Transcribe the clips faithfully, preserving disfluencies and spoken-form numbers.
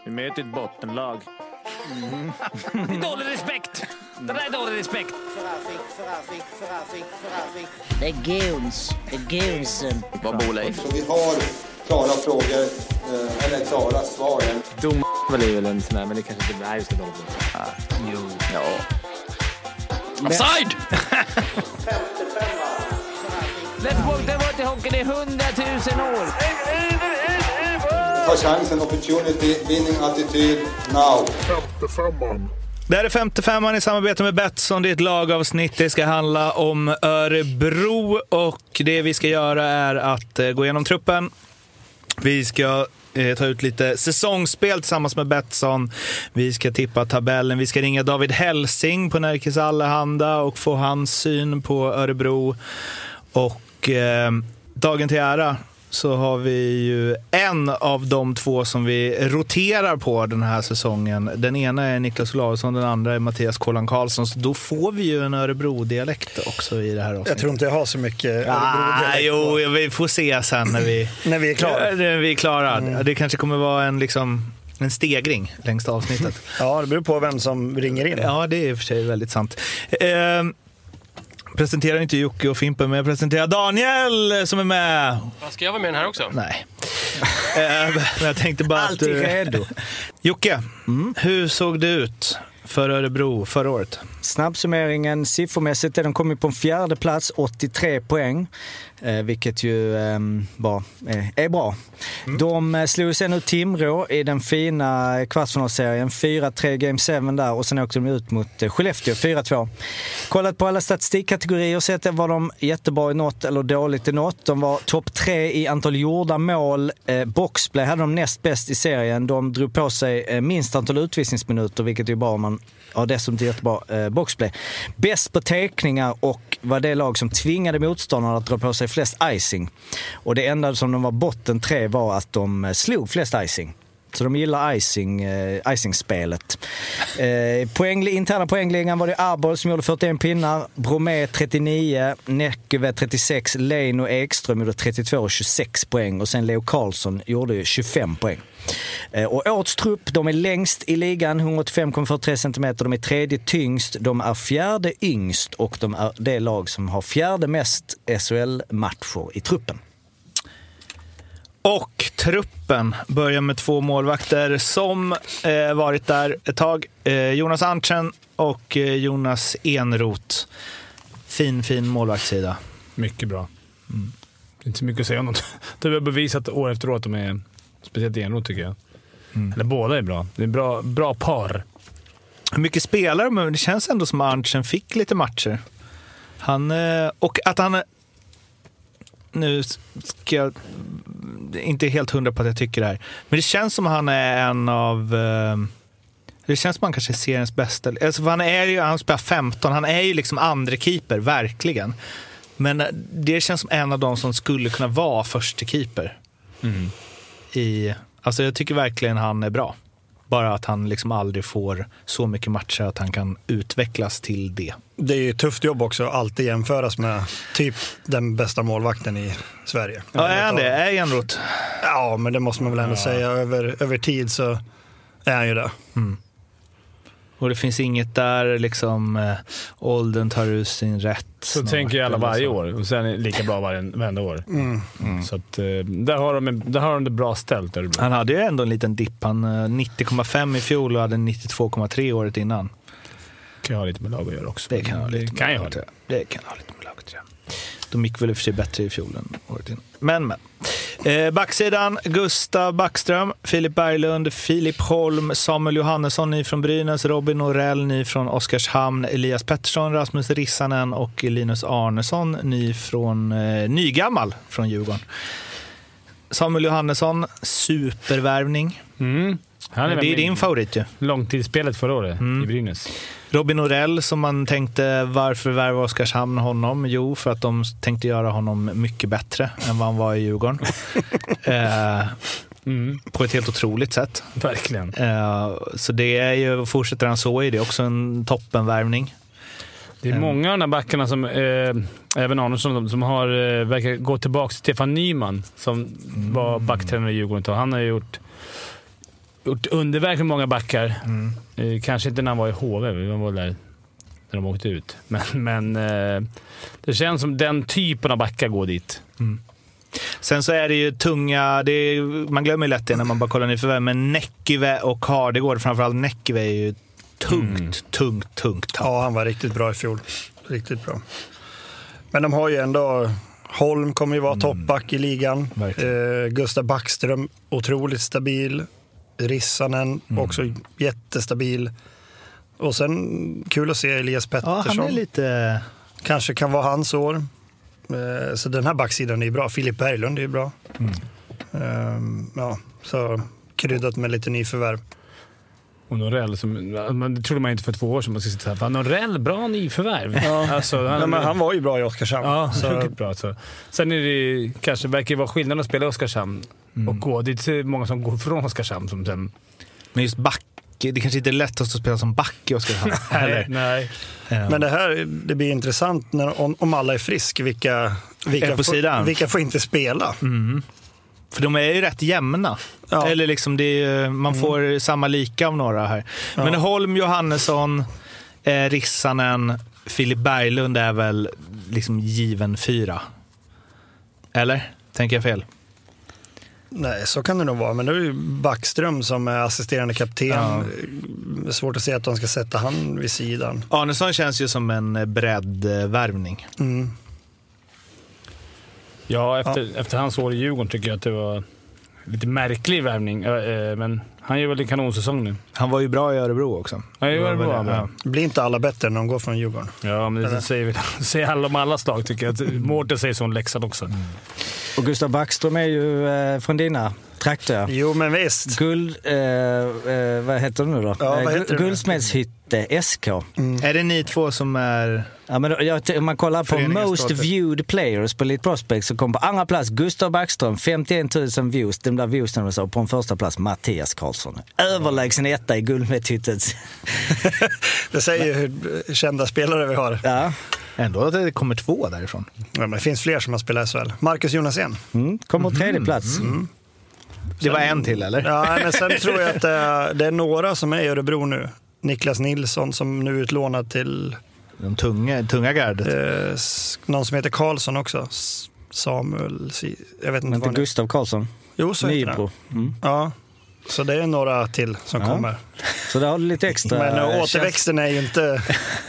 Vi möter ett bottenlag. Mm. Det är dålig respekt. Det där är dålig respekt. Det är guns. Det är gunsen. Vad bor Leif? Så vi har klara frågor, eh, eller klara svar. Dom är väl en sån här, men det kanske inte är just det. Ah, jo. Ja. Offside! Let's walk the water hockey, det är hundratusen år. Ta chansen, opportunity, winning attityd, now. femtiofemman. Det här är femtiofemman i samarbete med Betsson. Det är ett lagavsnitt. Det ska handla om Örebro och det vi ska göra är att gå igenom truppen. Vi ska eh, ta ut lite säsongsspel tillsammans med Betsson. Vi ska tippa tabellen. Vi ska ringa David Helsing på Närkes Allehanda och få hans syn på Örebro. Och eh, dagen till ära så har vi ju en av de två som vi roterar på den här säsongen. Den ena är Niklas Olausson, den andra är Mattias Kolan Karlsson. Så då får vi ju en Örebro-dialekt också i det här avsnittet. Jag tror inte jag har så mycket Örebro-dialekt. Ah, jo, vi får se sen när vi, när vi är klara. När vi är klara. Mm. Det kanske kommer vara en, liksom, en stegring längs avsnittet. Ja, det beror på vem som ringer in. Ja, det är i och för sig väldigt sant. Eh, Presenterar inte Jocke och Fimpen, men jag presenterar Daniel som är med. Ska jag vara med den här också? Nej. eh, men jag tänkte bara alltid att du... redo. Jocke, mm. hur såg det ut för Örebro förra året? Snabbsummeringen siffermässigt är de kommit på en fjärde plats, åttiotre poäng. Eh, vilket ju eh, var, eh, är bra. Mm. De eh, slog sen ut Timrå i den fina kvartsfinalserien. fyra tre Game sju där och sen åkte de ut mot eh, Skellefteå fyra två. Kollat på alla statistikkategorier och sett var de jättebra i något eller dåligt i något. De var topp tre i antal gjorda mål. Eh, boxplay hade de näst bäst i serien. De drog på sig eh, minst antal utvisningsminuter, vilket är bra om man har dessutom jättebra eh, boxplay. Bäst på teckningar och var det lag som tvingade motståndarna att dra på sig flest icing. Och det enda som de var botten tre var att de slog flest icing. Så de gillar icing, eh, icing-spelet. Eh, poäng, interna poängligan var det Arboll som gjorde fyrtioen pinnar, Bromé trettionio, Näckeve trettiosex, Leino och Ekström gjorde trettiotvå och tjugosex poäng och sen Leo Karlsson gjorde ju tjugofem poäng. Eh, och årets trupp, de är längst i ligan, hundraåttiofem komma fyrtiotre centimeter, de är tredje tyngst, de är fjärde yngst och de är det lag som har fjärde mest S H L-matcher i truppen. Och truppen börjar med två målvakter som eh, varit där ett tag. Eh, Jonas Arntzen och eh, Jonas Enroth. Fin, fin målvaktssida. Mycket bra. Mm. Inte så mycket att säga om något. Det har bevisat år efter år att de är speciellt Enroth tycker jag. Mm. Eller båda är bra. Det är bra, bra par. Hur mycket spelar men det känns ändå som Arntzen fick lite matcher. Han, eh, och att han... Nu ska jag inte helt hundra på att jag tycker det här. Men det känns som att han är en av... Eh, det känns som att han kanske är seriens bästa. Alltså, han, är ju, han spelar femton. Han är ju liksom andra keeper, verkligen. Men det känns som en av de som skulle kunna vara första keeper. Mm. I, alltså jag tycker verkligen han är bra. Bara att han liksom aldrig får så mycket matcher att han kan utvecklas till det. Det är ju ett tufft jobb också att alltid jämföras med typ den bästa målvakten i Sverige. Ja, är han det? Är Enroth? Ja, men det måste man väl ändå ja. säga. Över, över tid så är han ju det. Mm. Och det finns inget där liksom äh, åldern tar ut sin rätt. Så snart, tänker alla varje år och sen är det lika bra varje, varje år. Mm. Mm. Så att, äh, där, har de, där har de det bra ställt. Där det bra. Han hade ju ändå en liten dipp. Han äh, nittio komma fem i fjol och hade nittiotvå komma tre året innan. Kan jag ha lite med lag att göra också. Det kan jag ha lite det kan jag ha det. Det kan jag ha lite med lag att göra. De gick väl i och för sig bättre i fjol än året innan. Men, men. Eh, backsidan, Gustav Backström, Filip Berglund, Filip Holm, Samuel Johannesson ny från Brynäs, Robin Norell ny från Oskarshamn, Elias Pettersson, Rasmus Rissanen och Linus Arnesson ny från eh, Nygammal från Djurgården. Samuel Johannesson, supervärvning. Mm. Han är det är din favorit ju. Långtidsspelet förra året mm. i Brynäs. Robin Norell som man tänkte varför värva Oskarshamn honom? Jo, för att de tänkte göra honom mycket bättre än vad han var i Djurgården. eh, mm. På ett helt otroligt sätt. Verkligen. Eh, så det är ju, fortsätter han så i det är också en toppenvärvning. Det är många av de här backarna som eh, även Arnesson som har eh, verkar gå tillbaka till Stefan Nyman som mm. var backtränare i Djurgården. Han har gjort gjort underverk med många backar. Mm. Eh, kanske inte när han var i H V, de var där när de åkte ut. Men, men eh, det känns som den typen av backar går dit. Mm. Sen så är det ju tunga, det är, man glömmer lätt det när man bara kollar nyförvärv, men Näkyve och Hardegård, framförallt Näkyve är ju tungt, mm. tungt, tungt. Ja, han var riktigt bra i fjol. Riktigt bra. Men de har ju ändå, Holm kommer ju vara mm. toppback i ligan. Eh, Gustav Backström, otroligt stabil. Rissanen, mm. också jättestabil. Och sen kul att se Elias Pettersson. Ja, han är lite... Kanske kan vara hans år. Så den här backsidan är bra. Filip Berglund är ju bra. Mm. Um, ja, så kryddat med lite nyförvärv. Och Norell, som, men det trodde man inte för två år sedan man ska sitta här. Fan, Norell, bra nyförvärv. Ja. Alltså, han, Nej, men han var ju bra i Oskarshamn. Ja, så. Bra, så. Sen är det kanske verkar vara skillnad att spela i Oskarshamn mm. och gå. Det är många som går från Oskarshamn som sen... Men just back, det kanske inte är lättast att spela som back i Oskarshamn. nej, nej. Ja. Men det här, det blir intressant när, om, om alla är frisk, vilka, vilka, på får, vilka får inte spela? Mm. För de är ju rätt jämna. Ja. Eller liksom det är, man får mm. samma lika av några här. Ja. Men Holm, Johannesson, eh, Rissanen, Filip Berglund är väl liksom given fyra. Eller? Tänker jag fel? Nej, så kan det nog vara. Men det är ju Backström som är assisterande kapten. Ja. Svårt att säga att de ska sätta han vid sidan. Arnesson känns ju som en breddvärvning. Mm. Ja, efter, ja. efter hans år i Djurgården tycker jag att det var lite märklig värvning. Men han gör väl en kanonsäsong nu. Han var ju bra i Örebro också. Ja, i Örebro var bra. Blir inte alla bättre när de går från Djurgården? Ja, men det säger, vi, säger alla om alla slag tycker jag. Mårten säger sån Leksand också. Mm. Och Gustav Backström är ju eh, från dina trakter. Jo, men visst. Guld, eh, eh, vad heter det nu då? Ja, vad heter Guldsmedshytte, S K. Mm. Är det ni två som är... Ja, men om man kollar på Most Viewed Players på Elite Prospect så kommer på andra plats Gustav Backström, femtioen tusen views. Den där viewsen så på en första plats Mattias Karlsson. Överlägsen etta i Guldsmedshyttet. Det säger ju hur kända spelare vi har. Ja. Ändå att det kommer två därifrån. Ja, men det finns fler som har spelat i S H L. Marcus Jonasén. Mm, kommer på tredje plats. Mm. Mm. Det var en till, eller? Ja, men sen tror jag att det är, det är några som är i Örebro nu. Niklas Nilsson som nu är utlånad till... De tunga, tunga gardet. Eh, någon som heter Karlsson också. Samuel... Jag vet inte men vad inte Gustav Karlsson? Jo, så heter det. Mm. Ja. Så det är några till som ja. kommer. Så där har du lite extra... Men äh, återväxten är ju inte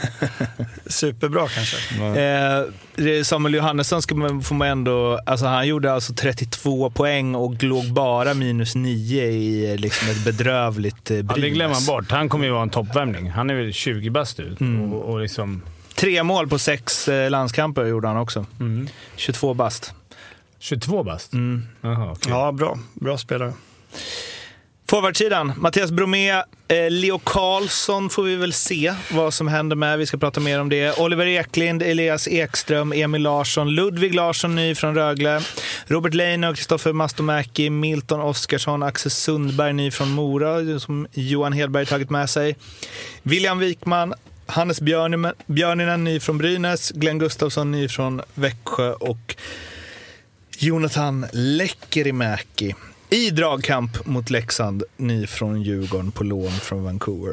superbra kanske. Eh, Samuel Johannesson ska man, får man ändå... Alltså han gjorde alltså trettiotvå poäng och låg bara minus nio i liksom ett bedrövligt eh, Brynäs. Ja, det glömmer man bort. Han kommer ju vara en toppvärmning. Han är väl tjugo bast ut. Mm. Och, och liksom... Tre mål på sex eh, landskamper gjorde han också. Mm. tjugotvå bast. tjugotvå bast? Mm. Aha, okay. Ja, bra. Bra spelare. Forwardsidan, Mattias Bromé, eh, Leo Karlsson får vi väl se vad som händer med. Vi ska prata mer om det. Oliver Eklind, Elias Ekström, Emil Larsson, Ludvig Larsson ny från Rögle, Robert Leino, Kristoffer Mastomäki, Milton Oskarsson, Axel Sundberg ny från Mora som Johan Hedberg tagit med sig, William Wikman, Hannes Björninen, Björninen ny från Brynäs, Glenn Gustafsson ny från Växjö och Jonathan Lekkerimäki i dragkamp mot Leksand, ny från Djurgården på lån från Vancouver.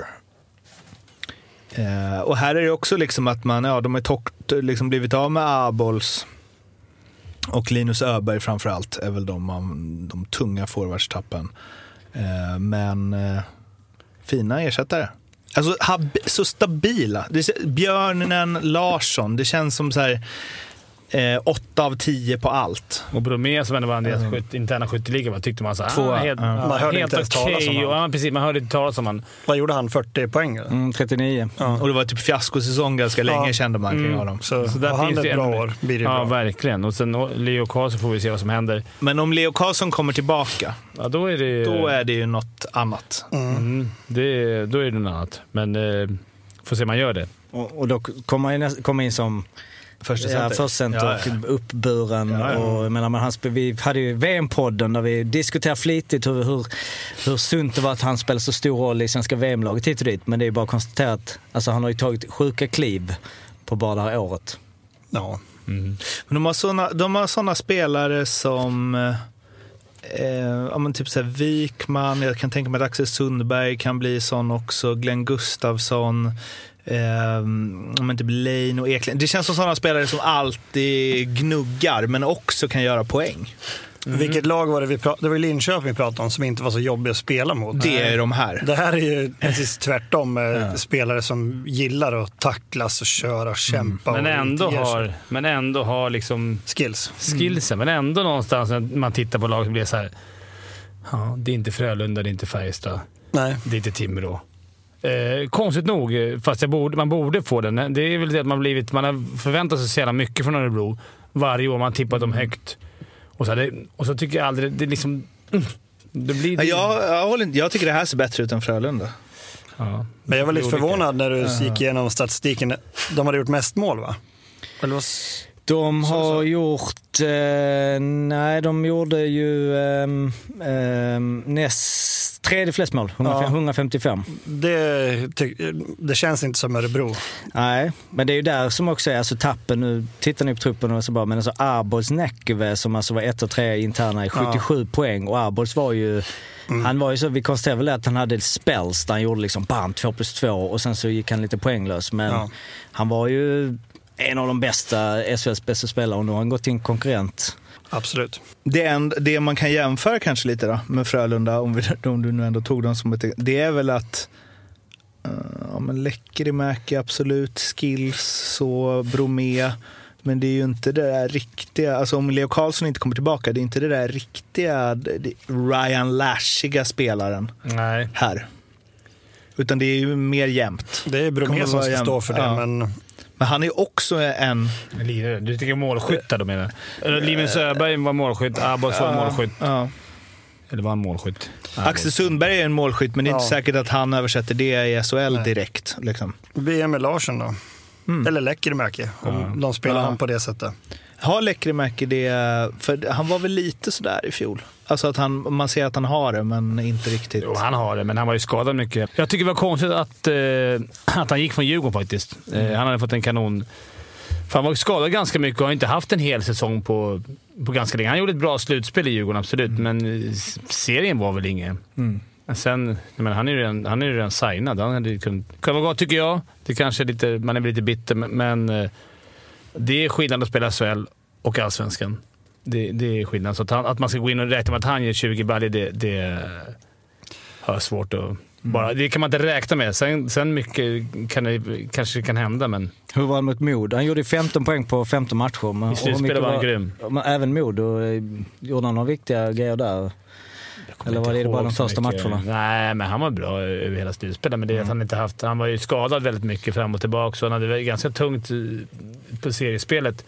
Eh, och här är det också liksom att man, ja, de har tort, liksom blivit av med Abols och Linus Öberg framförallt är väl de, de tunga forwardstappen. Eh, men eh, fina ersättare. Alltså så stabila. Björnen Larsson, det känns som så här Eh, åtta av tio på allt. Och Bromé som ändå var deras mm. interna skytteliga, vad tyckte man så Två, ah, helt, ja. Man hörde helt inte ens talas om ja, precis, man hörde inte talas om han. Vad gjorde han? fyrtio poäng? Mm, trettionio. Ja. Och det var typ fiaskosäsong ganska ja. länge kände man kring mm. honom. Så, så där har han ett bra år blir det ja, bra. verkligen. Och sen Leo Karlsson får vi se vad som händer. Men om Leo Karlsson kommer tillbaka, ja, då är det då är det ju något annat. Mm. Mm, det, då är det något annat. Men eh, får se om man gör det. Och, och då kommer in, kom in som första center, ja, första center ja, ja. och uppburen. Ja, ja. Och, menar, man, vi hade ju V M-podden där vi diskuterade flitigt hur, hur, hur sunt det var att han spelade så stor roll i svenska V M-laget hit och dit. Men det är bara konstaterat, alltså han har ju tagit sjuka kliv på bara det här året. Ja. Mm. Men de har såna, de har såna spelare som eh, ja, men typ så här Wikman, jag kan tänka mig att Axel Sundberg kan bli sån också, Glenn Gustafsson, eh, men typ Lane och Eklind. Det känns som sådana spelare som alltid gnuggar men också kan göra poäng. Mm. Vilket lag var det vi pratade, det var Linköping vi pratade om som inte var så jobbiga att spela mot. Det är de här. Det här är ju precis tvärtom med ja. spelare som gillar att tacklas och köra och kämpa. Mm. Men, och ändå har, men ändå har liksom skills. skillsen. Mm. Men ändå någonstans när man tittar på laget blir det så här, ja, det är inte Frölunda, det är inte Färjestad. Nej. Det är inte Timrå. Eh, konstigt nog, fast jag borde, man borde få den. Det är väl det att man, blivit, man har förväntat sig så jävla mycket från Örebro. Varje år man tippat dem högt. Och så, det, och så tycker jag aldrig, det liksom... Det blir det. Jag, jag, håller, jag tycker det här ser bättre ut än Frölunda. Ja. Men jag var lite förvånad när du ja. gick igenom statistiken. De hade gjort mest mål, va? Eller vad... De har så, så. gjort... Eh, nej, de gjorde ju eh, eh, näst tredje flest mål. hundrafemtiofem. Ja. Det, det känns inte som Örebro. Nej, men det är ju där som också är alltså tappen. Nu tittar ni på truppen och så bara, men alltså Arbols Näckeve som alltså var ett och tre interna i sjuttiosju ja. poäng. Och Arbols var ju... Mm. Han var ju så, vi konstaterade väl att han hade spells där han gjorde liksom bam, två plus två och sen så gick han lite poänglös. Men ja. han var ju en av de bästa, S H L:s bästa spelare och nu har han gått till en konkurrent. Absolut. Det, en, det man kan jämföra kanske lite då med Frölunda, om, vi, om du nu ändå tog dem som ett, det är väl att uh, ja, men Lekkerimäki absolut, skills, så Bromé, men det är ju inte det där riktiga, alltså om Leo Karlsson inte kommer tillbaka, det är inte det där riktiga det, Ryan Lashiga spelaren. Nej. Här. Utan det är ju mer jämnt. Det är Bromé som ska stå för det, ja. men... Men han är också en... Du tycker målskyttar då menar du? Liven Söberg var målskytt, Abbas var målskytt. Ja. Eller var han målskytt? Axel Sundberg är en målskytt, men det är ja. inte säkert att han översätter det i S H L Nej. direkt. Liksom. B M Larsson då? Mm. Eller Lekkerimäki, om ja. de spelar ja. han på det sättet. Har Lekkerimäki det? För han var väl lite sådär i fjol. Alltså att han, man ser att han har det, men inte riktigt. Jo, han har det, men han var ju skadad mycket. Jag tycker det var konstigt att, eh, att han gick från Djurgården faktiskt. Mm. Eh, han hade fått en kanon. För han var skadad ganska mycket och har inte haft en hel säsong på, på ganska länge. Han gjorde ett bra slutspel i Djurgården, absolut. Mm. Men serien var väl ingen. Mm. Sen, men han är ju redan, han är ju redan signad. Han hade kunnat, kan vara gott tycker jag. Det kanske är lite, man är lite bitter, men, men det är skillnad att spela S H L och Allsvenskan. Det, det är skillnad. Så att, han, att man ska gå in och räkna med att han ger tjugo baljor, det, det har svårt att... Mm. Bara, det kan man inte räkna med. Sen, sen mycket kan det, kanske kan hända, men... Hur var han mot Mod? Han gjorde femton poäng på femton matcher. Men, I slutspelet var han grym. Men även Mod, och gjorde han några viktiga grejer där? Eller var det bara de första matcherna? Nej, men han var bra över hela slutspelet. Men det är mm. att han inte haft... Han var ju skadad väldigt mycket fram och tillbaka. Så han hade ganska tungt på seriespelet.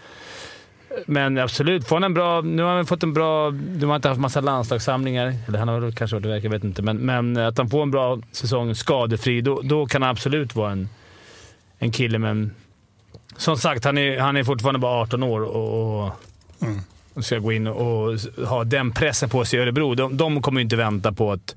Men absolut, får han en bra... Nu har han fått en bra... Du har inte haft massa landslagssamlingar. Eller han har kanske varit det, jag vet inte. Men, men att han får en bra säsong skadefri, då, då kan han absolut vara en, en kille. Men som sagt, han är, han är fortfarande bara arton år och, och, mm. och ska gå in och, och ha den pressen på sig i Örebro. De, de kommer ju inte vänta på att...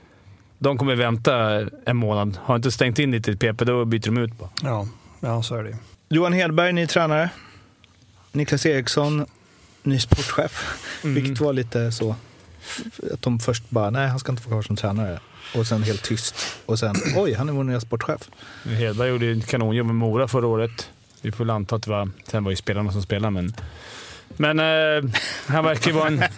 De kommer vänta en månad. Har inte stängt in lite i P P, då byter de ut på. Ja, ja så är det. Johan Hedberg, ny tränare. Niklas Eriksson, ny sportchef. Mm. Vilket var lite så att de först bara, nej han ska inte få kvar som tränare. Och sen helt tyst. Och sen, oj, han är vår nya sportchef. Hedberg gjorde en kanonjobb med Mora förra året. Vi får anta att det var, sen var ju spelarna som spelade, men Men eh, han verkar ju vara en...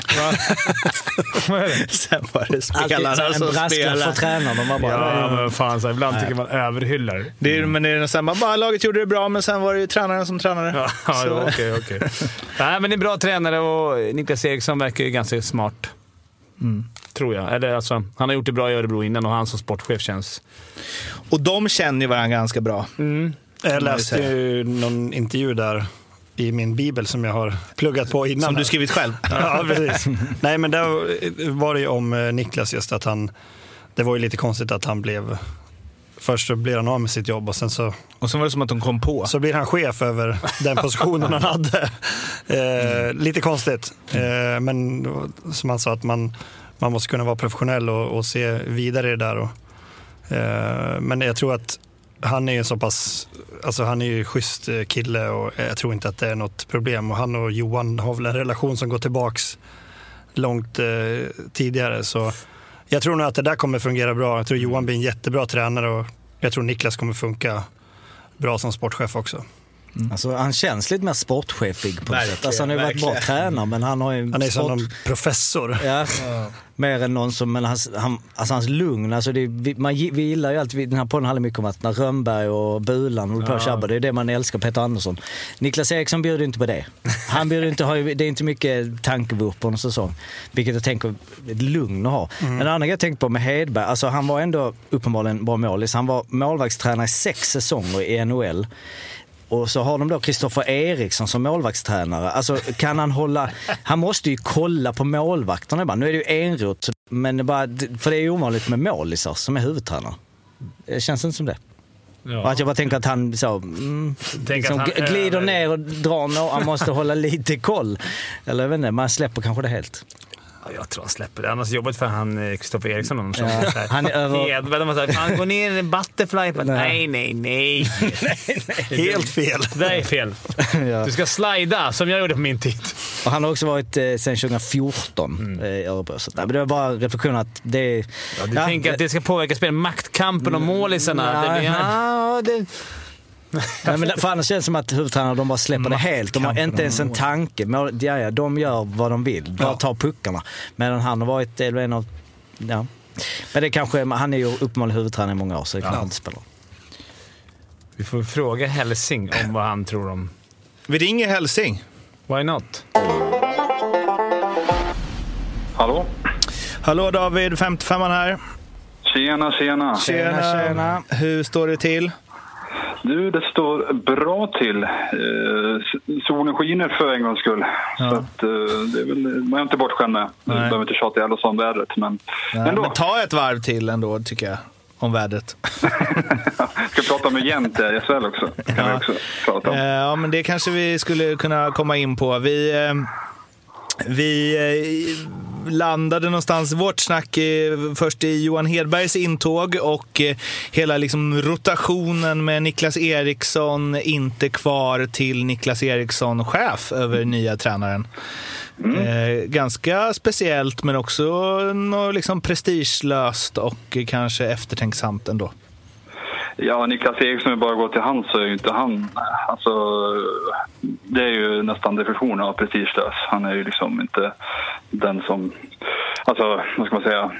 Vad är det? Sen var det spelarna som spelar. En brasklapp för tränaren. Man bara, ja, men fan, så ibland nej. tycker man överhyllar. Det är, men det är samma, bara laget gjorde det bra, men sen var det ju tränaren som tränare. Ja, ja okej, okej. Nej, men det är bra tränare och Niklas Eriksson verkar ju ganska smart. Mm. Tror jag. Eller, alltså, han har gjort det bra i Örebro innan och han som sportchef känns... Och de känner ju varandra ganska bra. Mm. Jag läste ju någon intervju där i min bibel som jag har pluggat på innan. Som du skrivit själv. Ja, precis. Nej, men där var det ju om Niklas just att han... Det var ju lite konstigt att han blev... Först så blir han av med sitt jobb och sen så... Och så var det som att de kom på. Så blir han chef över den positionen han hade. Eh, mm. Lite konstigt. Eh, men som han sa att man, man måste kunna vara professionell och, och se vidare i det där. Och, eh, men jag tror att han är ju så pass... Alltså han är ju schysst kille och jag tror inte att det är något problem. Och han och Johan har väl en relation som går tillbaks långt eh, tidigare. Så jag tror nog att det där kommer fungera bra. Jag tror Johan blir en jättebra tränare och jag tror Niklas kommer funka bra som sportchef också. Mm. Alltså, han känns lite mer sportchefig på något sätt. Alltså, han har ju varit bra tränare, men han har ju... Han är sport... som en professor. Ja, mer än någon som... Men hans, han, alltså hans lugn, alltså det, vi, man, vi gillar ju alltid... Den här podden handlar mycket om att när Rönnberg och Bulan håller på att tjabba, det är det man älskar, Peter Andersson. Niklas Eriksson bjuder inte på det. Han bjuder inte, har ju, det är inte mycket tankevurp på en säsong. Vilket jag tänker ett lugn att ha. Mm. En annan jag tänkte på med Hedberg, alltså han var ändå uppenbarligen bra målis. Han var målvaktstränare i sex säsonger i N H L. Och så har de då Kristoffer Eriksson som målvaktstränare. Alltså kan han hålla... Han måste ju kolla på målvakterna bara. Nu är det ju Enroth, men det bara, för det är ju ovanligt med målisar som är huvudtränare. Det känns inte som det. Ja. Och att jag bara tänker att han så, mm, liksom, att han glider ner och drar något. Han måste hålla lite koll. Eller jag vet inte, man släpper kanske det helt. Ja, jag tror han släpper det. Annars jobbet för han Kristoffer Eriksson. Ja, han är över... Han går ner i en butterfly. Nej, nej, nej. nej, nej. Helt fel. Det är fel. Ja. Du ska slida som jag gjorde på min tid. Och han har också varit eh, sedan tjugo fjorton mm. i Örebro. Så, nej, men det var bara reflektion att det... Ja, du ja, tänker det... att det ska påverka spel. Maktkampen och målisarna. Ja, det blir... ja, det... Nej, men för annars känns det som att huvudtränarna de bara släpper det helt. De har inte ens en tanke. Ja, ja, de gör vad de vill. Bara tar puckarna. Medan han har varit en av... Ja. Men det kanske... Han är ju uppenbarligen huvudtränare i många år, så det kan ja. inte spela. Vi får fråga Helsing om vad han tror om... Vi ringer Helsing. Why not? Hallå? Hallå David, femtiofem här. Tjena, tjena. Tjena, tjena. Hur står det till? Du, det står bra till. Eh, solen skiner för en gångs skull. Ja. Så att, eh, det är väl, man är inte bortskämd med. Man behöver inte tjata ihjäl oss om vädret. Men, ändå. men ta ett varv till ändå, tycker jag, om vädret. Ska prata med Gent i S H L också. Kan ja. vi också prata om. Eh, ja, men det kanske vi skulle kunna komma in på. Vi... Eh, Vi eh, landade någonstans, vårt snack eh, först i Johan Hedbergs intåg och eh, hela liksom rotationen med Niklas Eriksson inte kvar till Niklas Eriksson chef över nya tränaren. Mm. Eh, ganska speciellt, men också något liksom prestigelöst och eh, kanske eftertänksamt ändå. Ja, Niklas Eriksson är bara gå till han, så är ju inte han... Alltså, det är ju nästan definitionen av prestigelös. Han är ju liksom inte den som... Alltså, vad ska man säga...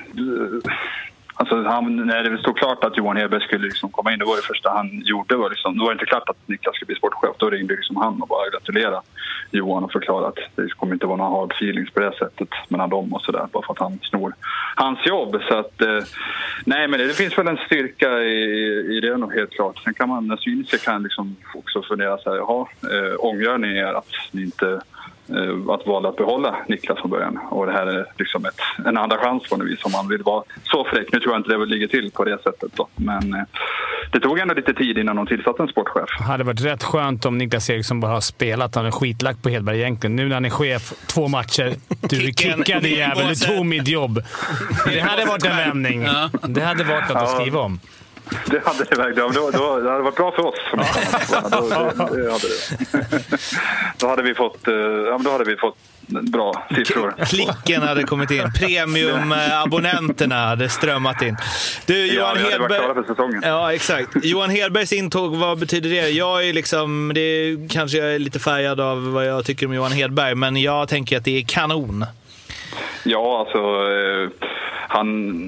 Alltså, han, när det stod klart att Johan Hedberg skulle liksom komma in, det var det första han gjorde. Var liksom, då var det inte klart att Niklas skulle bli sportchef. Då ringde liksom han och bara gratulera Johan och förklara att det kommer inte vara några hard feelings på det sättet mellan dem och sådär. Bara för att han snor hans jobb. Så att, eh, nej, men det, det finns väl en styrka i, i det nog helt klart. Sen kan man, den cyniska kan liksom också fundera så här, jaha, eh, ångrar ni er att ni inte... att valde att behålla Niklas från början. Och det här är liksom ett, en andra chans på något vis om man vill vara så fräck. Nu tror jag inte det ligger till på det sättet då. Men eh, det tog ändå lite tid innan de tillsatte en sportchef. Det hade varit rätt skönt om Niklas Eriksson bara har spelat. Han är skitlagt på Hedberg egentligen. Nu när han är chef två matcher. Du kickade jävel, du tog mitt jobb. Det hade varit en vändning. Det hade varit något att skriva om. Det hade det verkligen. Då, då, det hade varit bra för oss. Då, det, det hade det. Då hade vi fått, ja, då hade vi fått bra siffror. Klicken hade kommit in. Premiumabonnenterna hade strömmat in. Du, Johan ja, Hedberg. För säsongen. Ja, exakt. Johan Hedbergs intåg, vad betyder det? Jag är liksom, det är, kanske jag är lite färgad av vad jag tycker om Johan Hedberg, men jag tänker att det är kanon. Ja, alltså... Eh, han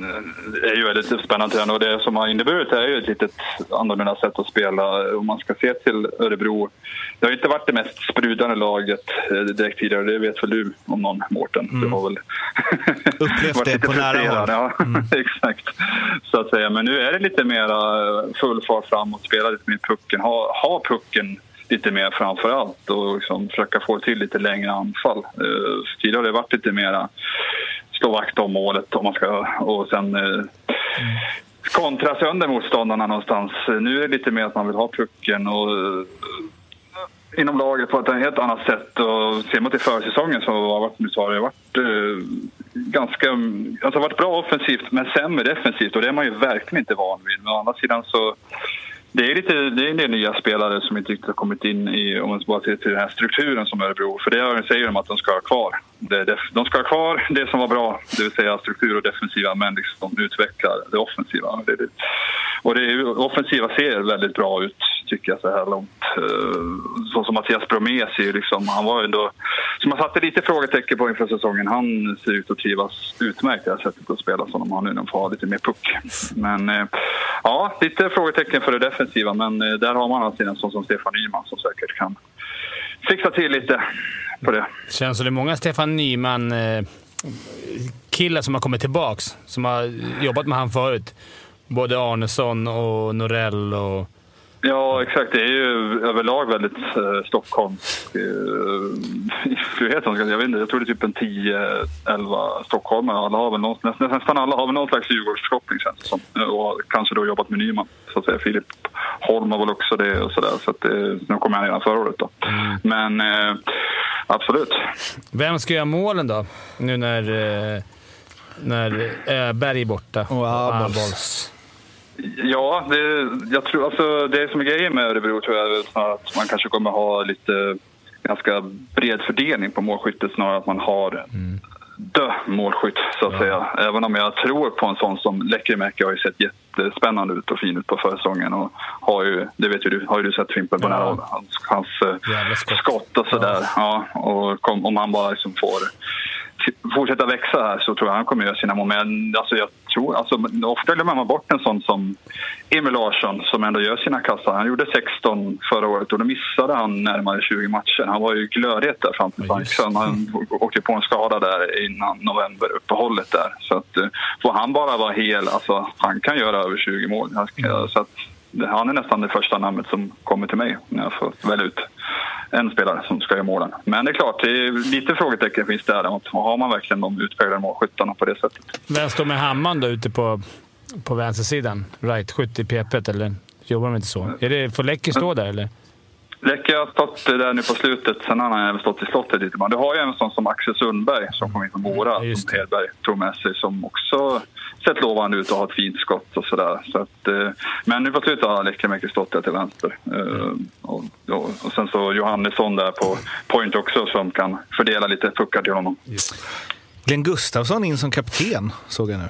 är ju väldigt spännande och det som har inneburit är ju ett litet annorlunda sätt att spela. Om man ska se till Örebro, det har inte varit det mest sprudande laget direkt tidigare, det vet väl du om någon, Mårten. Mm. Du har väl upplevt det på nära håll. Ja, mm. Exakt. Så att säga. Men nu är det lite mer full fart framåt, spela lite mer pucken, ha, ha pucken lite mer framför allt och liksom försöka få till lite längre anfall. Uh, tidigare har det varit lite mer slå vakt om målet om man ska, och sen uh, mm. kontra sönder motståndarna någonstans. Nu är det lite mer att man vill ha pucken och uh, inom laget på ett helt annat sätt, och ser man till försäsongen så har varit, nu så har det varit uh, ganska, alltså varit bra offensivt men sämre defensivt, och det är man ju verkligen inte van vid. Men å andra sidan så Det är lite det är en del nya spelare som inte riktigt har kommit in i, om man bara ser till den här strukturen som Örebro. För det säger de att de ska ha kvar. Det, de ska ha kvar det som var bra, det vill säga struktur och defensiva, men liksom de utvecklar det offensiva. Det, det. Och det offensiva ser väldigt bra ut, tycker jag, så här långt. Så som Mattias Bromé ser liksom, han var ändå, som man satte lite frågetecken på inför säsongen. Han ser ut att trivas utmärkt det här sättet att spela som de har nu. De får ha lite mer puck. Men ja, lite frågetecken för det defensiva, men där har man alltså en sån som Stefan Nyman som säkert kan fixa till lite på det. Känns som det är många Stefan Nyman eh, killar som har kommit tillbaks, som har jobbat med han förut. Både Arnesson och Norell och... Ja, exakt. Det är ju överlag väldigt eh, Stockholmsk eh, jag vet inte, jag tror det är typ en tio elva stockholmare. Alla har väl någon, nästan, nästan alla har väl någon slags Djurgårdskoppling som, och kanske då jobbat med Nyman. Så att säga, Filip Holm har väl också det och sådär. Så att det, nu kommer han redan förra året då. Mm. Men eh, absolut. Vem ska göra målen då? Nu när, eh, när Öberg är borta. Och Arbolls. Ja, det, jag tror, alltså, det som är grejen med Örebro tror jag är snarare att man kanske kommer ha lite ganska bred fördelning på målskyttet, snarare att man har mm. dö målskytt så att ja. säga. Även om jag tror på en sån som Lekkerimäki har ju sett jättespännande ut och fin ut på försäsongen och har ju, det vet ju du, har ju du sett Fimpen på ja. nära hans, hans skott. skott och sådär. Ja. Ja, och kom, om han bara liksom får fortsätta växa här så tror jag han kommer göra sina mål. Men alltså jag tror, alltså, ofta glömmer man bort en sån som Emil Larsson som ändå gör sina kassar. Han gjorde sexton förra året och då missade han närmare tjugo matcher. Han var ju glödhet där fram till Bankson. Han åkte på en skada där innan novemberuppehållet där. Så att får han bara vara hel, alltså han kan göra över tjugo mål. Så att han är nästan det första namnet som kommer till mig när jag får välja ut en spelare som ska göra målen. Men det är klart, det är lite frågetecken finns där. Har man verkligen de utpräglade målskyttarna på det sättet? Vem står med Hamman då ute på, på vänstersidan? Right-skytt i P P eller jobbar de inte så? Är det, får Läcke stå där eller? Läcke har stått där nu på slutet, sen har han även stått i slottet lite. Du har ju en sån som Axel Sundberg som kom in från Mora, ja, som Hedberg tog med sig, som också sett lovande ut och har ett fint skott och sådär. Så att, eh, men nu på slutet har Läcke mycket stått där till vänster. Eh, och, och, och sen så Johannesson där på point också som kan fördela lite puckar till honom. Just. Glenn Gustafsson in som kapten, såg jag nu.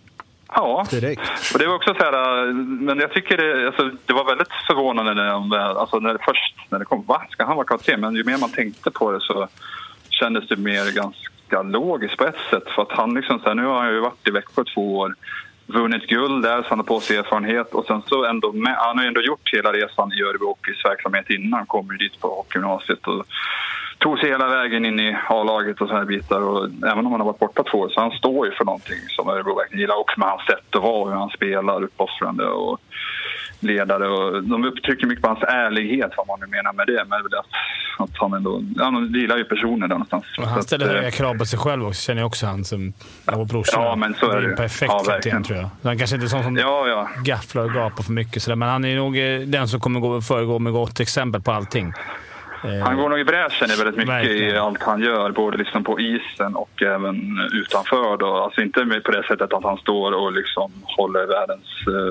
Ja, direkt. Och det var också så här, men jag tycker det, alltså, det var väldigt förvånande när, alltså, när det först när det kom, va? Ska han vara kapten? Men ju mer man tänkte på det så kändes det mer ganska logiskt på ett sätt. För att han liksom så här, nu har han ju varit i Växjö två år, vunnit guld där, så han har på sig erfarenhet och sen så ändå, med, han har ändå gjort hela resan i Örebro Hockeys verksamhet innan han kom dit på hockeygymnasiet och tog sig hela vägen in i A-laget och så här bitar. Och även om han har varit borta två år så han står ju för någonting som Örebro verkligen gillar också med hans sätt att vara, hur han spelar, uppoffrande och ledare. Och de uttrycker mycket på hans ärlighet, vad man nu menar med det. Men det att, att han ändå, ja, han gillar ju personen där någonstans. Och han ställer höga krav på sig själv också, känner jag också han som vår brorsa. Ja, men så är det. Det är en perfekt ja, kapten, tror jag. Han kanske inte är sån som ja, ja. gafflar och gapar för mycket sådär, men han är nog den som kommer gå föregå med gott exempel på allting. Han går nog i bräschen i väldigt mycket verkligen. I allt han gör, både liksom på isen och även utanför då. Alltså inte på det sättet att han står och liksom håller världens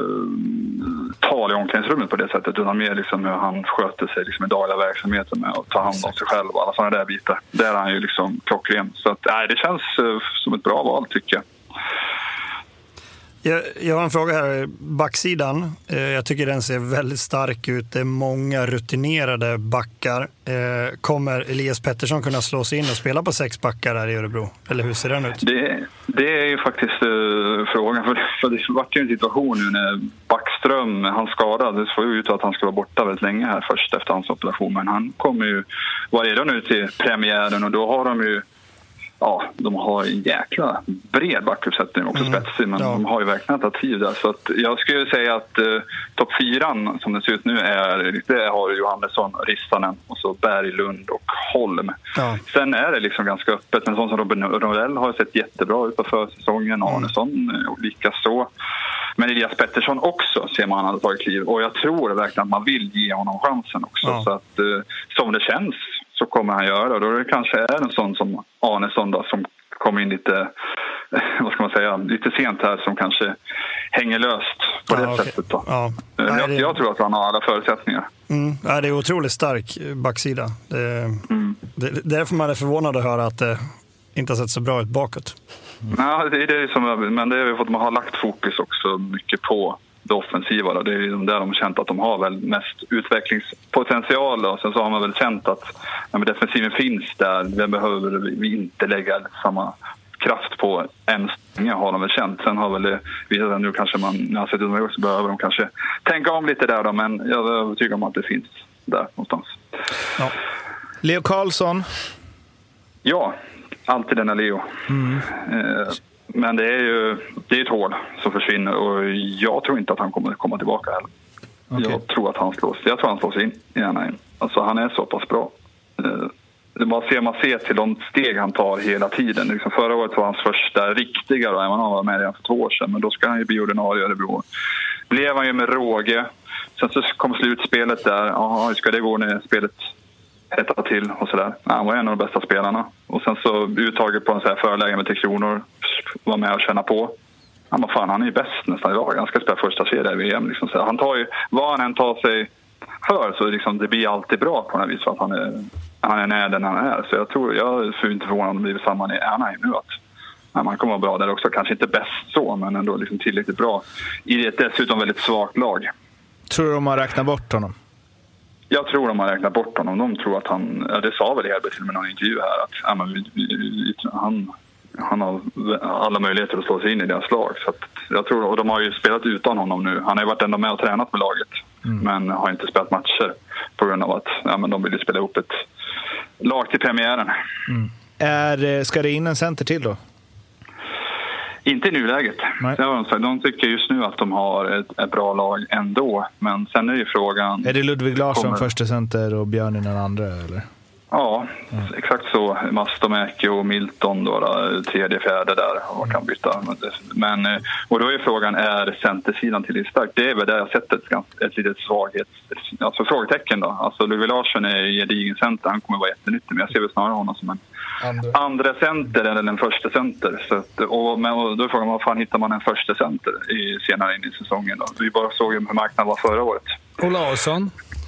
eh, tal i omklädningsrummet på det sättet, utan mer liksom hur han sköter sig liksom i dagliga verksamheten med att ta hand om sig själv och alla sådana där bitar. Där är han ju liksom klockren. Så att, nej, det känns eh, som ett bra val, tycker jag. Jag, jag har en fråga här. Backsidan, eh, jag tycker den ser väldigt stark ut. Det är många rutinerade backar. Eh, kommer Elias Pettersson kunna slå sig in och spela på sex backar här i Örebro? Eller hur ser den ut? Det, det är ju faktiskt uh, frågan. För, för det var ju en situation nu när Backström, han skadade. Det såg ut att han skulle vara borta väldigt länge här först efter hans operation. Men han kommer ju vara redan nu till premiären och då har de ju ja, de har en jäkla bred backuppsättning också, mm. spetsig, men ja. De har ju verkligen alternativ där. Så att jag skulle säga att eh, topp fyran som det ser ut nu är, det har Johannesson, Rissanen och så Berglund och Holm. Ja. Sen är det liksom ganska öppet, men sån som Robin Rodell har sett jättebra ut på försäsongen, och mm. Arnesson och lika så. Men Elias Pettersson också ser man hade tagit kliv, och jag tror verkligen att man vill ge honom chansen också. Ja. Så att eh, som det känns så kommer han göra. Då det kanske är en sån som Arnesson då, som kommer in lite, vad ska man säga, lite sent här, som kanske hänger löst på det ja, okay. sättet. Då. Ja. Jag, Nej, det... jag tror att han har alla förutsättningar. Mm. Ja, det är otroligt stark backsida. Det, mm. det, därför man är förvånad att höra att det inte har sett så bra ut bakåt. Mm. Ja, det är det som, men det är för att man har lagt fokus också mycket på det offensiva. Då. Det är ju där de har känt att de har väl mest utvecklingspotential. Då. Sen så har man väl känt att ja, men defensiven finns där. Den behöver vi inte lägga samma kraft på än stänga, har de väl känt. Sen har väl det visat att nu kanske man, när jag sett ut mig också, behöver de kanske tänka om lite där då, men jag är övertygad om att det finns där någonstans. Ja. Leo Carlsson? Ja, alltid denna Leo. Mm. Eh, men det är ju det är ett hål som försvinner och jag tror inte att han kommer komma tillbaka heller. Okay. Jag tror att han slås. Jag tror han slås in i Anaheim. Alltså han är så pass bra. Eh, det bara ser man ser till de steg han tar hela tiden. Liksom förra året var hans första riktiga då, man var med redan för två år sedan, men då ska han ju bli ordinarie i Örebro. Blev han ju med råge. Sen så kom slutspelet där. Ja, hur ska det gå när spelet hettar till och sådär. Ja, han var en av de bästa spelarna. Och sen så uttaget på en så här förläge med Tre Kronor var med och känna på. Ja, men fan, han är ju bäst nästan i lag. Han ska spela första serie i V M. Liksom. Så han tar ju, vad han än tar sig för så liksom, det blir alltid bra på något vis för att han är, han är nära den han är. Så jag tror, jag är inte förvånad om det blir samma i Anaheim nu att ja, man kommer vara bra där också. Kanske inte bäst så, men ändå liksom tillräckligt bra. I ett dessutom väldigt svagt lag. Tror du de har räknat bort honom? Jag tror de har räknat bort honom. De tror att han, ja, det sa väl Herbert till och med någon intervju här, att ja, men vi, vi, han, han har alla möjligheter att slå sig in i deras lag. Så att jag tror, och de har ju spelat utan honom nu. Han har ju varit ändå med och tränat med laget. Mm. Men har inte spelat matcher på grund av att ja, men de vill spela upp ett lag till premiären. Mm. Är, ska det in en center till då? Inte i nuläget. De tycker just nu att de har ett, ett bra lag ändå. Men sen är ju frågan... Är det Ludvig Larsson kommer... första center och Björn den andra, eller? Ja, mm. exakt så. Mastomäki och Milton då, då, tredje, fjärde där. Och man kan byta. Men, och då är frågan, är centersidan till stark? Det är väl där jag sett ett, ett litet svaghet, alltså frågetecken då. Alltså Ludvig Larsson är gedigen center, han kommer vara jättenyttig. Men jag ser väl snarare honom som en andra, andra center eller en första center. Så att, och, men, och då är frågan, vad fan hittar man en första center i, senare in i säsongen då? Vi bara såg ju hur marknaden var förra året. Ola Olsson.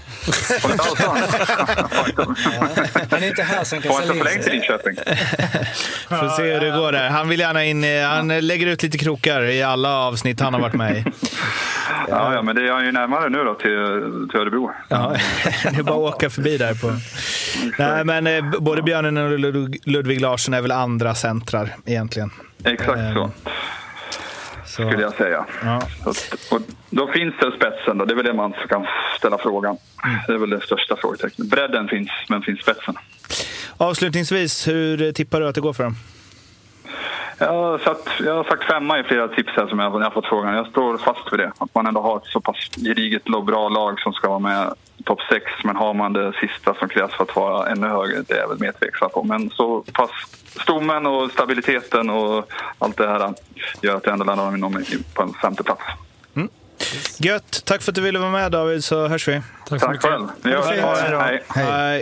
Han är inte här som kan sälja in sig. Får se hur det går där. Han vill gärna in, han lägger ut lite krokar i alla avsnitt han har varit med i. Ja, ja, men det är han ju närmare nu då till, till Örebro. Ja, det är bara att åka förbi där på. Nej, men eh, både Björnen och Ludvig Larsson är väl andra centrar egentligen. Exakt så. Eh, Så. Skulle jag säga. Ja. Så, och då finns det spetsen då. Det är väl det man kan ställa frågan. Mm. Det är väl det största frågetecknet. Bredden finns, men finns spetsen. Avslutningsvis, hur tippar du att det går för dem? Jag har, satt, jag har sagt femma i flera tips här som jag har fått frågan. Jag står fast vid det. Att man ändå har ett så pass gediget och bra lag som ska vara med topp sex. Men har man det sista som krävs för att vara ännu högre, det är väl mer tveksam på. Men så pass stommen och stabiliteten och allt det här gör att det ändå landar inom på en femte plats. Mm. Gött. Tack för att du ville vara med, David, så hörs vi. Tack, Tack själv. Hej. Hej. Hej.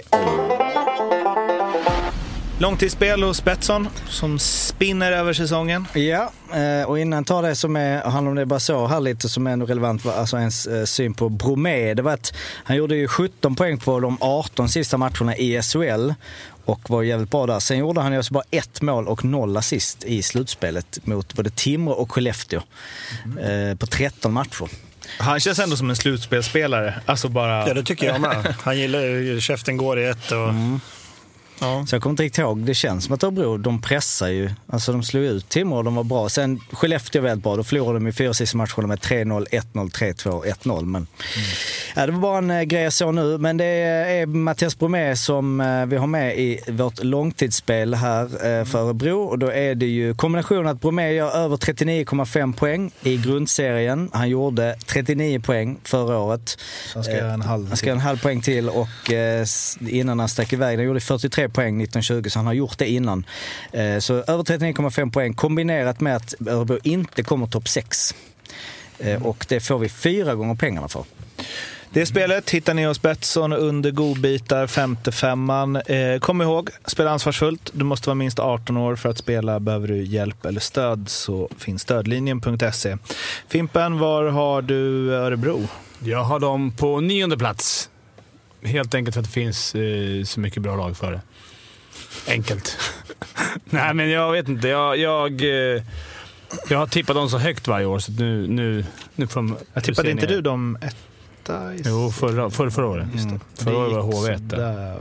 Långtidsspel hos Betsson som spinner över säsongen. Ja, och innan tar det som är, handlar om det bara så här lite som är ändå relevant, alltså ens syn på Bromé. Det var att han gjorde ju sjutton poäng på de arton sista matcherna i S H L och var jävligt bra där. Sen gjorde han ju alltså bara ett mål och noll assist i slutspelet mot både Timrå och Skellefteå mm. eh, på tretton matcher. Han känns ändå som en slutspelspelare. Alltså bara... Ja, det tycker jag med. Han gillar ju käften går i ett och... Mm. Ja. Så jag kommer inte riktigt ihåg. Det känns som att Örebro, de pressar ju. Alltså de slog ut Timrå och de var bra. Sen Skellefteå var väldigt bra. Då förlorade de i fyra sista matcherna med tre noll, ett noll, tre två, ett noll. Men mm. ja, det var bara en äh, grej så nu. Men det är Mattias Bromé som äh, vi har med i vårt långtidsspel här äh, för Örebro. Och då är det ju kombinationen att Bromé gör över trettionio komma fem poäng i grundserien. Han gjorde trettionio poäng förra året. Så han ska göra en halv, han ska en halv poäng till och äh, innan han stack iväg. Han gjorde fyrtiotre poäng nitton tjugo, så han har gjort det innan. Eh, så över trettionio komma fem poäng kombinerat med att Örebro inte kommer topp sex. Eh, och det får vi fyra gånger pengarna för. Det spelet hittar ni hos Betsson under godbitar femte femman. Eh, kom ihåg, spela ansvarsfullt. Du måste vara minst arton år för att spela. Behöver du hjälp eller stöd så finns stödlinjen punkt se. Fimpen, var har du Örebro? Jag har dem på nionde plats. Helt enkelt för att det finns eh, så mycket bra lag för det. Enkelt. Nej, men jag vet inte. Jag, jag, eh, jag har tippat dem så högt varje år så nu, nu, nu får de... Jag tippade inte du dem etta? I... Jo, förra, förra, förra året. Mm. Förra året var H V ett. Mm.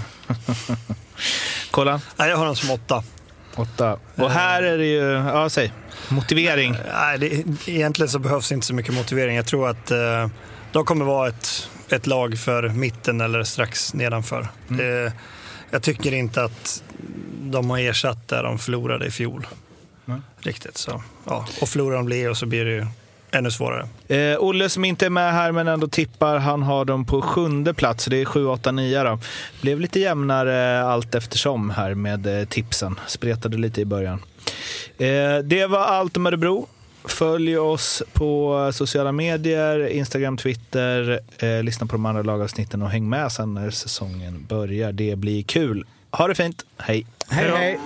Kolla. Nej, jag har dem som åtta. Åtta. Och här är det ju... Ja, säg. Motivering. Nej, det, egentligen så behövs inte så mycket motivering. Jag tror att eh, de kommer vara ett, ett lag för mitten eller strax nedanför. Mm. Det, jag tycker inte att de har ersatt där de förlorade i fjol. Mm. Riktigt så. Ja. Och förlorar de Leo så blir det ju ännu svårare. Eh, Olle som inte är med här men ändå tippar, han har dem på sjunde plats. Det är sju, åtta, nio då. Blev lite jämnare allt eftersom här med eh, tipsen. Spretade lite i början. Eh, det var allt om Örebro. Följ oss på sociala medier, Instagram, Twitter. Eh, lyssna på de andra lagavsnitten och häng med sen när säsongen börjar. Det blir kul. Ha det fint. Hej. Hej, hej.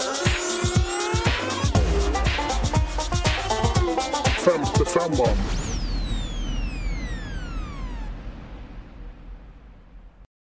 Femte femman.